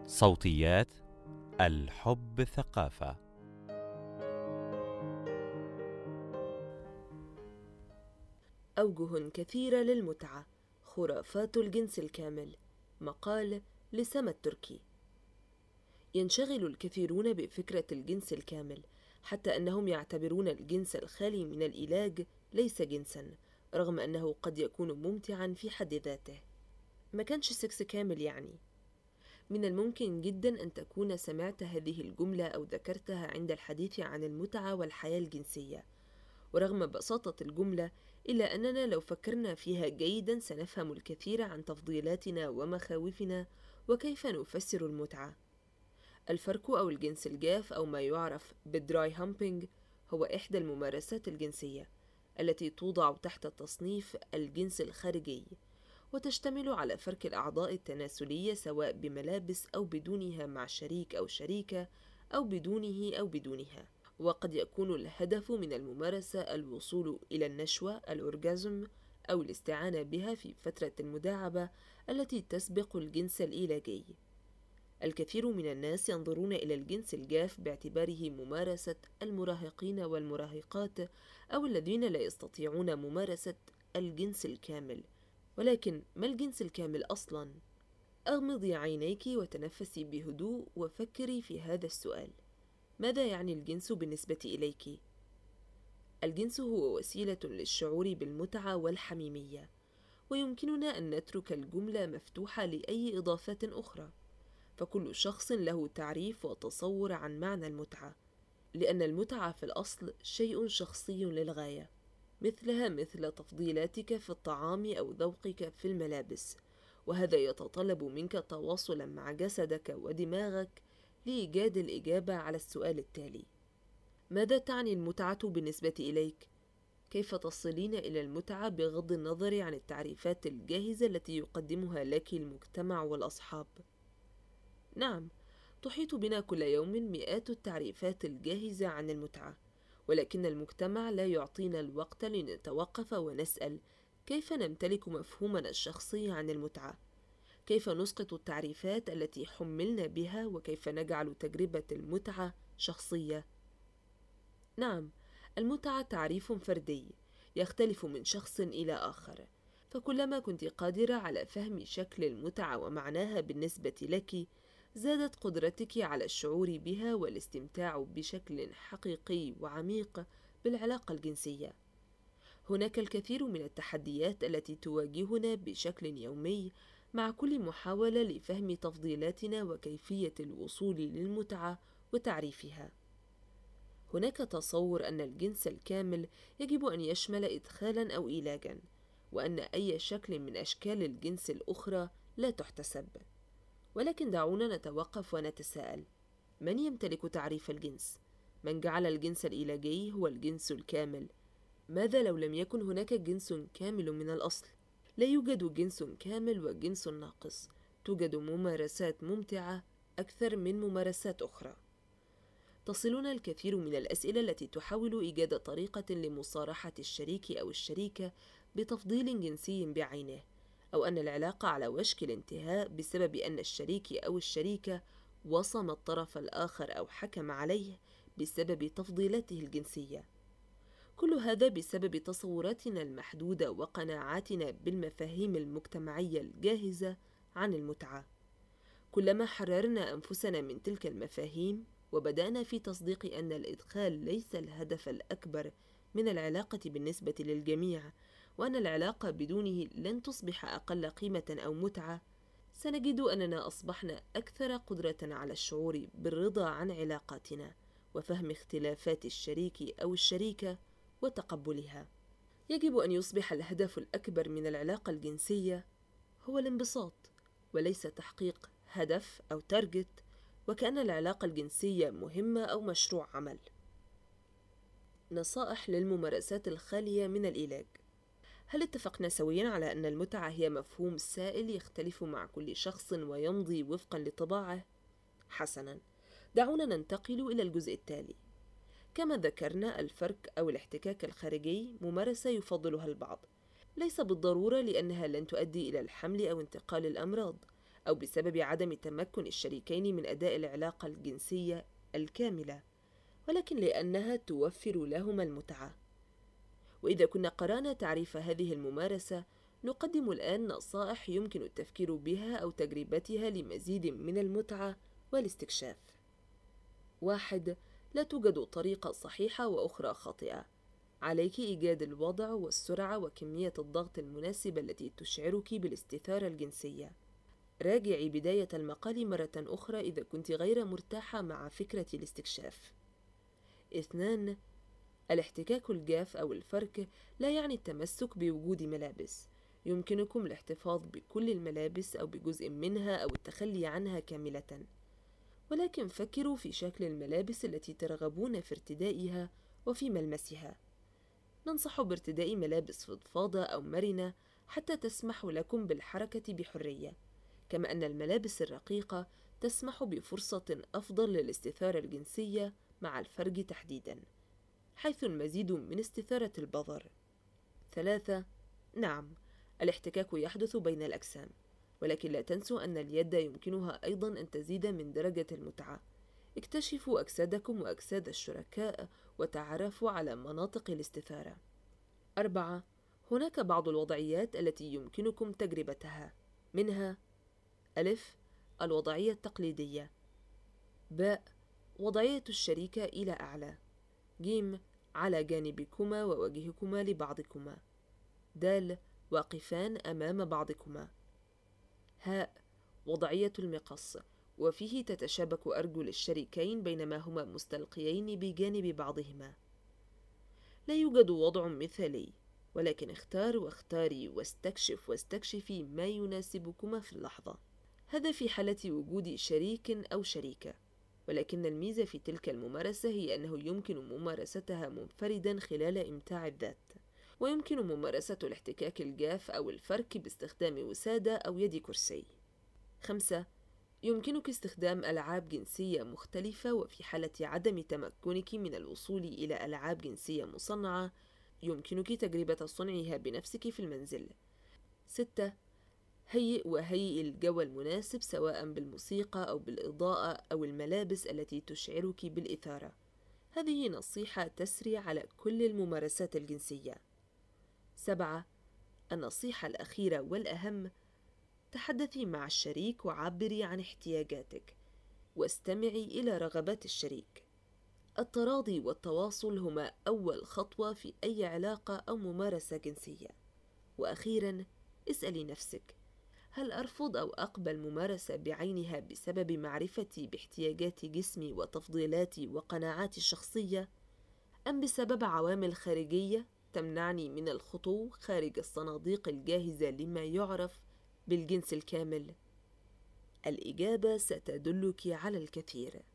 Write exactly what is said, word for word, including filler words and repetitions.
صوتيات الحب ثقافة. أوجه كثيرة للمتعة، خرافات الجنس الكامل. مقال لسما التركي. ينشغل الكثيرون بفكرة الجنس الكامل، حتى أنهم يعتبرون الجنس الخالي من الإيلاج ليس جنسا، رغم أنه قد يكون ممتعا في حد ذاته. ما كانش سكس كامل يعني. من الممكن جدا أن تكون سمعت هذه الجملة أو ذكرتها عند الحديث عن المتعة والحياة الجنسية، ورغم بساطة الجملة إلا أننا لو فكرنا فيها جيدا سنفهم الكثير عن تفضيلاتنا ومخاوفنا وكيف نفسر المتعة. الفرك أو الجنس الجاف أو ما يعرف بالدراي هامبينج هو إحدى الممارسات الجنسية التي توضع تحت تصنيف الجنس الخارجي، وتشتمل على فرك الأعضاء التناسلية سواء بملابس أو بدونها مع شريك أو شريكة أو بدونه أو بدونها. وقد يكون الهدف من الممارسة الوصول إلى النشوة الأورجازم أو الاستعانة بها في فترة المداعبة التي تسبق الجنس الإيلاجي. الكثير من الناس ينظرون إلى الجنس الجاف باعتباره ممارسة المراهقين والمراهقات أو الذين لا يستطيعون ممارسة الجنس الكامل. ولكن ما الجنس الكامل أصلاً؟ أغمضي عينيك وتنفسي بهدوء وفكري في هذا السؤال: ماذا يعني الجنس بالنسبة إليك؟ الجنس هو وسيلة للشعور بالمتعة والحميمية، ويمكننا أن نترك الجملة مفتوحة لأي إضافات أخرى، فكل شخص له تعريف وتصور عن معنى المتعة، لأن المتعة في الأصل شيء شخصي للغاية، مثلها مثل تفضيلاتك في الطعام أو ذوقك في الملابس، وهذا يتطلب منك تواصلا مع جسدك ودماغك لإيجاد الإجابة على السؤال التالي: ماذا تعني المتعة بالنسبة إليك؟ كيف تصلين إلى المتعة بغض النظر عن التعريفات الجاهزة التي يقدمها لك المجتمع والأصحاب؟ نعم، تحيط بنا كل يوم مئات التعريفات الجاهزة عن المتعة، ولكن المجتمع لا يعطينا الوقت لنتوقف ونسأل كيف نمتلك مفهومنا الشخصي عن المتعة، كيف نسقط التعريفات التي حملنا بها، وكيف نجعل تجربة المتعة شخصية. نعم، المتعة تعريف فردي يختلف من شخص إلى آخر، فكلما كنت قادرة على فهم شكل المتعة ومعناها بالنسبة لك، زادت قدرتك على الشعور بها والاستمتاع بشكل حقيقي وعميق بالعلاقة الجنسية. هناك الكثير من التحديات التي تواجهنا بشكل يومي مع كل محاولة لفهم تفضيلاتنا وكيفية الوصول للمتعة وتعريفها. هناك تصور أن الجنس الكامل يجب أن يشمل إدخالا أو إيلاجا، وأن أي شكل من أشكال الجنس الأخرى لا تحتسب. ولكن دعونا نتوقف ونتساءل: من يمتلك تعريف الجنس؟ من جعل الجنس الإيلاجي هو الجنس الكامل؟ ماذا لو لم يكن هناك جنس كامل من الأصل؟ لا يوجد جنس كامل وجنس ناقص، توجد ممارسات ممتعة أكثر من ممارسات أخرى. تصلنا الكثير من الأسئلة التي تحاول إيجاد طريقة لمصارحة الشريك أو الشريكة بتفضيل جنسي بعينه، أو أن العلاقة على وشك الانتهاء بسبب أن الشريك أو الشريكة وصم الطرف الآخر أو حكم عليه بسبب تفضيلاته الجنسية. كل هذا بسبب تصوراتنا المحدودة وقناعاتنا بالمفاهيم المجتمعية الجاهزة عن المتعة. كلما حررنا أنفسنا من تلك المفاهيم وبدأنا في تصديق أن الإدخال ليس الهدف الأكبر من العلاقة بالنسبة للجميع، وأن العلاقة بدونه لن تصبح أقل قيمة أو متعة، سنجد أننا أصبحنا أكثر قدرة على الشعور بالرضا عن علاقاتنا وفهم اختلافات الشريك أو الشريكة وتقبلها. يجب أن يصبح الهدف الأكبر من العلاقة الجنسية هو الانبساط، وليس تحقيق هدف أو تارجت، وكأن العلاقة الجنسية مهمة أو مشروع عمل. نصائح للممارسات الخالية من الإيلاج. هل اتفقنا سويا على أن المتعة هي مفهوم سائل يختلف مع كل شخص ويمضي وفقا لطباعه؟ حسنا، دعونا ننتقل إلى الجزء التالي. كما ذكرنا، الفرك أو الاحتكاك الخارجي ممارسة يفضلها البعض، ليس بالضرورة لأنها لن تؤدي إلى الحمل أو انتقال الأمراض، أو بسبب عدم تمكن الشريكين من أداء العلاقة الجنسية الكاملة، ولكن لأنها توفر لهما المتعة. وإذا كنا قرأنا تعريف هذه الممارسة، نقدم الآن نصائح يمكن التفكير بها أو تجربتها لمزيد من المتعة والاستكشاف. واحد. لا توجد طريقة صحيحة وأخرى خاطئة. عليك إيجاد الوضع والسرعة وكمية الضغط المناسبة التي تشعرك بالاستثارة الجنسية. راجعي بداية المقال مرة أخرى إذا كنت غير مرتاحة مع فكرة الاستكشاف. اثنان. الاحتكاك الجاف أو الفرك لا يعني التمسك بوجود ملابس. يمكنكم الاحتفاظ بكل الملابس أو بجزء منها أو التخلي عنها كاملة، ولكن فكروا في شكل الملابس التي ترغبون في ارتدائها وفي ملمسها. ننصح بارتداء ملابس فضفاضة أو مرنة حتى تسمح لكم بالحركة بحرية، كما أن الملابس الرقيقة تسمح بفرصة أفضل للاستثارة الجنسية مع الفرج تحديداً، حيث المزيد من استثارة البظر. ثلاثة. نعم، الاحتكاك يحدث بين الأجسام، ولكن لا تنسوا أن اليد يمكنها أيضاً أن تزيد من درجة المتعة. اكتشفوا أجسادكم وأجساد الشركاء وتعرفوا على مناطق الاستثارة. أربعة. هناك بعض الوضعيات التي يمكنكم تجربتها، منها: ألف. الوضعية التقليدية. باء. وضعية الشريكة إلى أعلى. جيم. على جانبكما ووجهكما لبعضكما. دال. واقفان أمام بعضكما. هاء. وضعية المقص، وفيه تتشابك أرجل الشريكين بينما هما مستلقيين بجانب بعضهما. لا يوجد وضع مثالي، ولكن اختار واختاري واستكشف واستكشفي ما يناسبكما في اللحظة. هذا في حالة وجود شريك أو شريكة، ولكن الميزة في تلك الممارسة هي أنه يمكن ممارستها منفردا خلال إمتاع الذات، ويمكن ممارسة الاحتكاك الجاف أو الفرك باستخدام وسادة أو يد كرسي. خمسة. يمكنك استخدام ألعاب جنسية مختلفة، وفي حالة عدم تمكنك من الوصول إلى ألعاب جنسية مصنعة يمكنك تجربة صنعها بنفسك في المنزل. ستة. هيئ وهيئ الجو المناسب سواء بالموسيقى أو بالإضاءة أو الملابس التي تشعرك بالإثارة. هذه نصيحة تسري على كل الممارسات الجنسية. سبعة. النصيحة الأخيرة والأهم: تحدثي مع الشريك وعبري عن احتياجاتك، واستمعي إلى رغبات الشريك. التراضي والتواصل هما أول خطوة في أي علاقة أو ممارسة جنسية. وأخيراً، اسألي نفسك: هل أرفض أو أقبل ممارسة بعينها بسبب معرفتي باحتياجات جسمي وتفضيلاتي وقناعاتي الشخصية، أم بسبب عوامل خارجية تمنعني من الخطو خارج الصناديق الجاهزة لما يعرف بالجنس الكامل؟ الإجابة ستدلك على الكثير.